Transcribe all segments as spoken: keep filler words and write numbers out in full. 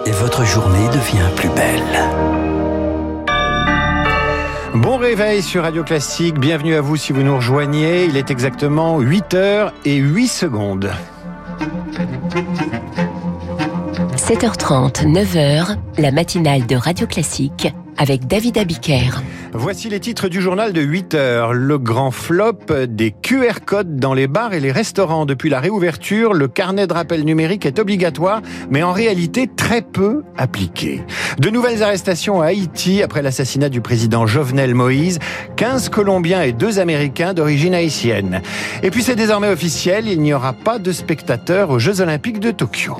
et votre journée devient plus belle. Bon réveil sur Radio Classique, bienvenue à vous si vous nous rejoignez. Il est exactement huit heures et huit secondes. sept heures trente, neuf heures, la matinale de Radio Classique avec David Abiker. Voici les titres du journal de huit heures. Le grand flop des Q R codes dans les bars et les restaurants. Depuis la réouverture, le carnet de rappel numérique est obligatoire, mais en réalité très peu appliqué. De nouvelles arrestations à Haïti après l'assassinat du président Jovenel Moïse. quinze Colombiens et deux Américains d'origine haïtienne. Et puis c'est désormais officiel, il n'y aura pas de spectateurs aux Jeux Olympiques de Tokyo.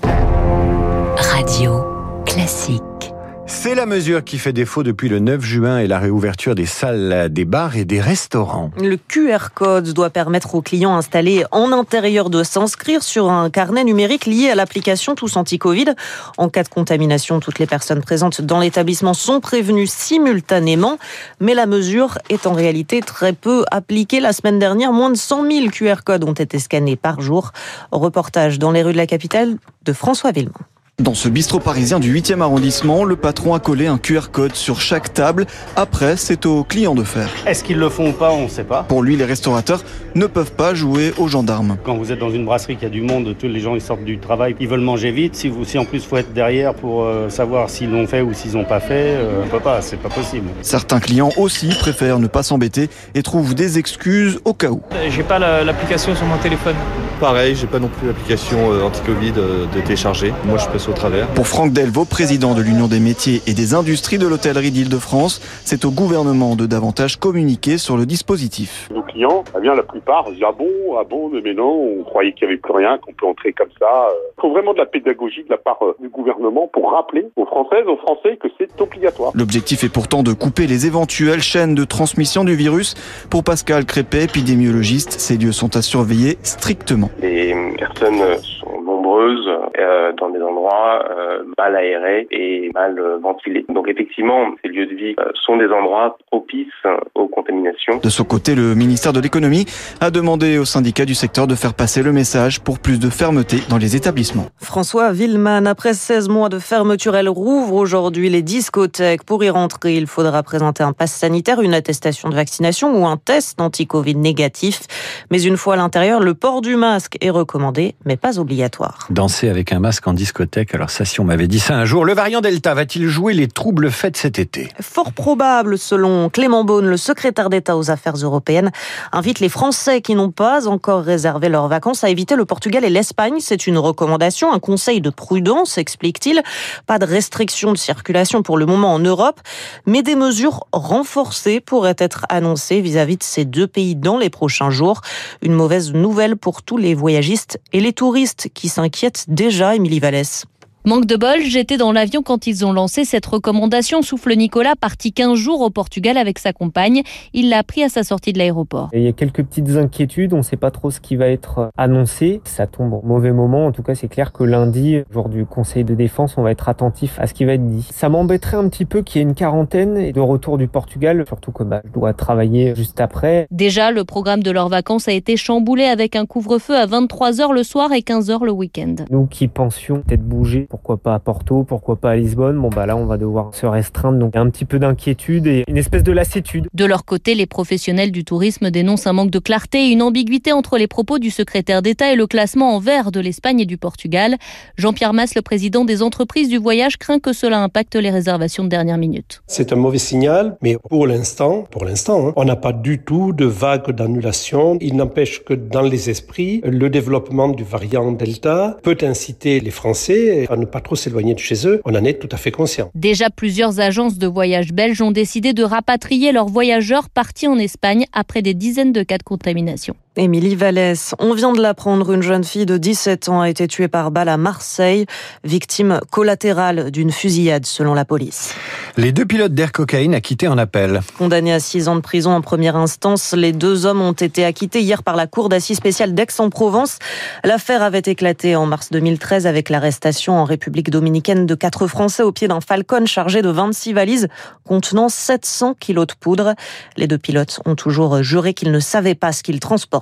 Radio Classique. C'est la mesure qui fait défaut depuis le neuf juin et la réouverture des salles, des bars et des restaurants. Le Q R code doit permettre aux clients installés en intérieur de s'inscrire sur un carnet numérique lié à l'application Tous Anti-Covid. En cas de contamination, toutes les personnes présentes dans l'établissement sont prévenues simultanément. Mais la mesure est en réalité très peu appliquée. La semaine dernière, moins de cent mille Q R codes ont été scannés par jour. Reportage dans les rues de la capitale de François Villemain. Dans ce bistrot parisien du huitième arrondissement, le patron a collé un Q R code sur chaque table. Après, c'est aux clients de faire. Est-ce qu'ils le font ou pas, on ne sait pas. Pour lui, les restaurateurs ne peuvent pas jouer aux gendarmes. Quand vous êtes dans une brasserie, qu'il y a du monde, tous les gens ils sortent du travail, ils veulent manger vite. Si, vous, si en plus il faut être derrière pour euh, savoir s'ils l'ont fait ou s'ils n'ont pas fait, euh, on peut pas, c'est pas possible. Certains clients aussi préfèrent ne pas s'embêter et trouvent des excuses au cas où. J'ai pas la, l'application sur mon téléphone. Pareil, j'ai pas non plus l'application euh, anti-Covid euh, de télécharger. Moi, je passe au travers. Pour Franck Delvaux, président de l'Union des métiers et des industries de l'hôtellerie d'Île-de-France, c'est au gouvernement de davantage communiquer sur le dispositif. Nos clients, eh bien, la plupart disent ah bon, ah bon, mais non, on croyait qu'il n'y avait plus rien, qu'on peut entrer comme ça. Il faut vraiment de la pédagogie de la part du gouvernement pour rappeler aux Françaises, aux Français que c'est obligatoire. L'objectif est pourtant de couper les éventuelles chaînes de transmission du virus. Pour Pascal Crépet, épidémiologiste, ces lieux sont à surveiller strictement. Les personnes sont nombreuses euh, dans des endroits euh, mal aérés et mal euh, ventilés. Donc effectivement, ces lieux de vie euh, sont des endroits propices aux contaminations. De son côté, le ministère de l'économie a demandé aux syndicats du secteur de faire passer le message pour plus de fermeté dans les établissements. François Villemain, après seize mois de fermeture, elle rouvre aujourd'hui les discothèques. Pour y rentrer, il faudra présenter un pass sanitaire, une attestation de vaccination ou un test anti-Covid négatif. Mais une fois à l'intérieur, le port du masque est recommandé, mais pas obligatoire. Danser avec un masque en discothèque, alors ça, si on m'avait dit ça un jour, le variant Delta va-t-il jouer les troubles fêtes cet été ? Fort probable, selon Clément Beaune, le secrétaire d'État aux Affaires européennes, invite les Français qui n'ont pas encore réservé leurs vacances à éviter le Portugal et l'Espagne. C'est une recommandation, un conseil de prudence, explique-t-il. Pas de restriction de circulation pour le moment en Europe, mais des mesures renforcées pourraient être annoncées vis-à-vis de ces deux pays dans les prochains jours. Une mauvaise nouvelle pour tous les voyagistes et les touristes qui s'inquiètent déjà, Émilie Vallès. Manque de bol, j'étais dans l'avion quand ils ont lancé cette recommandation, souffle Nicolas, parti quinze jours au Portugal avec sa compagne. Il l'a appris à sa sortie de l'aéroport. Il y a quelques petites inquiétudes, on ne sait pas trop ce qui va être annoncé. Ça tombe au mauvais moment, en tout cas c'est clair que lundi, jour du Conseil de défense, on va être attentif à ce qui va être dit. Ça m'embêterait un petit peu qu'il y ait une quarantaine et de retour du Portugal, surtout que bah, je dois travailler juste après. Déjà, le programme de leurs vacances a été chamboulé avec un couvre-feu à vingt-trois heures le soir et quinze heures le week-end. Nous qui pensions peut-être bouger, pourquoi pas à Porto, pourquoi pas à Lisbonne, bon bah là on va devoir se restreindre, donc il y a un petit peu d'inquiétude et une espèce de lassitude. De leur côté, les professionnels du tourisme dénoncent un manque de clarté et une ambiguïté entre les propos du secrétaire d'État et le classement en vert de l'Espagne et du Portugal. Jean-Pierre Mas, le président des entreprises du voyage, craint que cela impacte les réservations de dernière minute. C'est un mauvais signal, mais pour l'instant, pour l'instant, hein, on n'a pas du tout de vague d'annulation. Il n'empêche que dans les esprits, le développement du variant Delta peut inciter les Français à ne pas trop s'éloigner de chez eux, on en est tout à fait conscient. Déjà, plusieurs agences de voyage belges ont décidé de rapatrier leurs voyageurs partis en Espagne après des dizaines de cas de contamination. Émilie Vallès, on vient de l'apprendre, une jeune fille de dix-sept ans a été tuée par balle à Marseille, victime collatérale d'une fusillade selon la police. Les deux pilotes d'Air Cocaïne acquittés en appel. Condamnés à six ans de prison en première instance, les deux hommes ont été acquittés hier par la Cour d'assises spéciale d'Aix-en-Provence. L'affaire avait éclaté en mars deux mille treize avec l'arrestation en République dominicaine de quatre Français au pied d'un Falcon chargé de vingt-six valises contenant sept cents kilos de poudre. Les deux pilotes ont toujours juré qu'ils ne savaient pas ce qu'ils transportaient.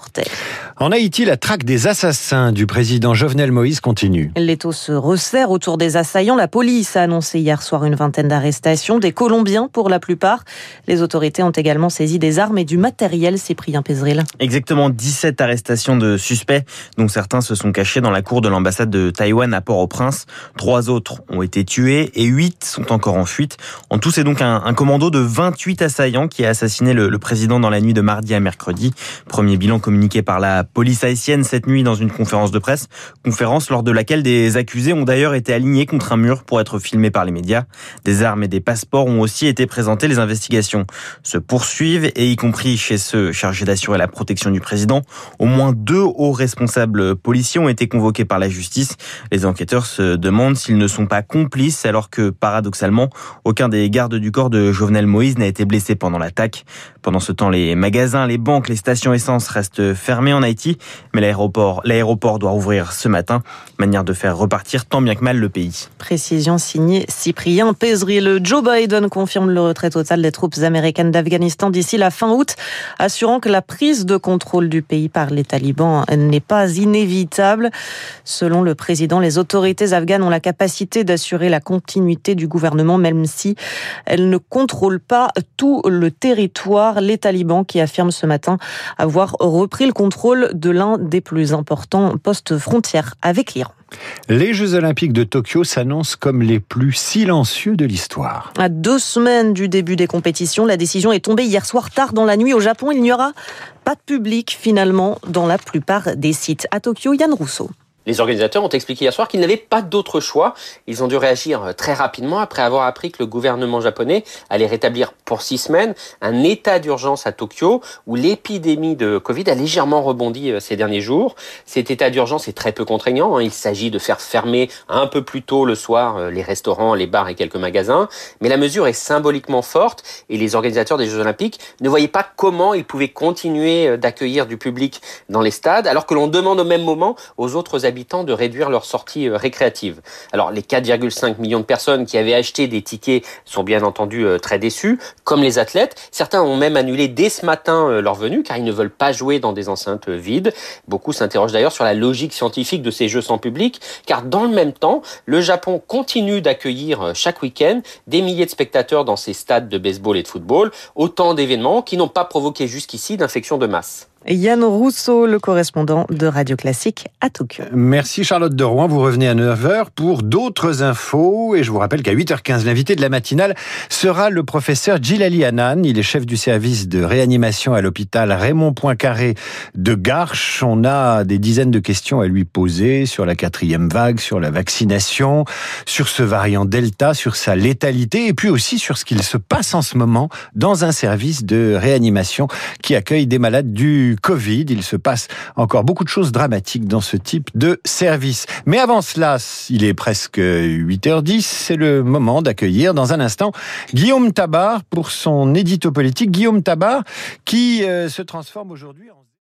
mortels. En Haïti, la traque des assassins du président Jovenel Moïse continue. L'étau se resserre autour des assaillants. La police a annoncé hier soir une vingtaine d'arrestations, des Colombiens pour la plupart. Les autorités ont également saisi des armes et du matériel, Cyprien Pézeril. Exactement dix-sept arrestations de suspects, dont certains se sont cachés dans la cour de l'ambassade de Taïwan à Port-au-Prince. Trois autres ont été tués et huit sont encore en fuite. En tout, c'est donc un, un commando de vingt-huit assaillants qui a assassiné le, le président dans la nuit de mardi à mercredi. Premier bilan communiqué par la police haïtienne cette nuit dans une conférence de presse. Conférence lors de laquelle des accusés ont d'ailleurs été alignés contre un mur pour être filmés par les médias. Des armes et des passeports ont aussi été présentés. Les investigations se poursuivent et y compris chez ceux chargés d'assurer la protection du président. Au moins deux hauts responsables policiers ont été convoqués par la justice. Les enquêteurs se demandent s'ils ne sont pas complices alors que, paradoxalement, aucun des gardes du corps de Jovenel Moïse n'a été blessé pendant l'attaque. Pendant ce temps, les magasins, les banques, les stations essence restent fermées en Haïti, mais l'aéroport, l'aéroport doit rouvrir ce matin, manière de faire repartir tant bien que mal le pays. Précision signée Cyprien Pézeril. Joe Biden confirme le retrait total des troupes américaines d'Afghanistan d'ici la fin août, assurant que la prise de contrôle du pays par les talibans n'est pas inévitable. Selon le président, les autorités afghanes ont la capacité d'assurer la continuité du gouvernement, même si elles ne contrôlent pas tout le territoire. Les talibans qui affirment ce matin avoir repris le contrôle de l'un des plus importants postes frontières avec l'Iran. Les Jeux Olympiques de Tokyo s'annoncent comme les plus silencieux de l'histoire. À deux semaines du début des compétitions, la décision est tombée hier soir tard dans la nuit. Au Japon, il n'y aura pas de public finalement dans la plupart des sites. À Tokyo, Yann Rousseau. Les organisateurs ont expliqué hier soir qu'ils n'avaient pas d'autre choix. Ils ont dû réagir très rapidement après avoir appris que le gouvernement japonais allait rétablir pour six semaines un état d'urgence à Tokyo où l'épidémie de Covid a légèrement rebondi ces derniers jours. Cet état d'urgence est très peu contraignant. Il s'agit de faire fermer un peu plus tôt le soir les restaurants, les bars et quelques magasins. Mais la mesure est symboliquement forte et les organisateurs des Jeux Olympiques ne voyaient pas comment ils pouvaient continuer d'accueillir du public dans les stades alors que l'on demande au même moment aux autres habitants de réduire leurs sorties récréatives. Alors, les quatre virgule cinq millions de personnes qui avaient acheté des tickets sont bien entendu très déçus, comme les athlètes. Certains ont même annulé dès ce matin leur venue, car ils ne veulent pas jouer dans des enceintes vides. Beaucoup s'interrogent d'ailleurs sur la logique scientifique de ces jeux sans public, car dans le même temps, le Japon continue d'accueillir chaque week-end des milliers de spectateurs dans ses stades de baseball et de football, autant d'événements qui n'ont pas provoqué jusqu'ici d'infections de masse. Yann Rousseau, le correspondant de Radio Classique à Tokyo. Merci Charlotte de Rouen. Vous revenez à neuf heures pour d'autres infos. Et je vous rappelle qu'à huit heures quinze, l'invité de la matinale sera le professeur Djilali Hannan. Il est chef du service de réanimation à l'hôpital Raymond Poincaré de Garches. On a des dizaines de questions à lui poser sur la quatrième vague, sur la vaccination, sur ce variant Delta, sur sa létalité et puis aussi sur ce qu'il se passe en ce moment dans un service de réanimation qui accueille des malades du Covid. Il se passe encore beaucoup de choses dramatiques dans ce type de service. Mais avant cela, il est presque huit heures dix. C'est le moment d'accueillir dans un instant Guillaume Tabar pour son édito politique. Guillaume Tabar qui euh, se transforme aujourd'hui en...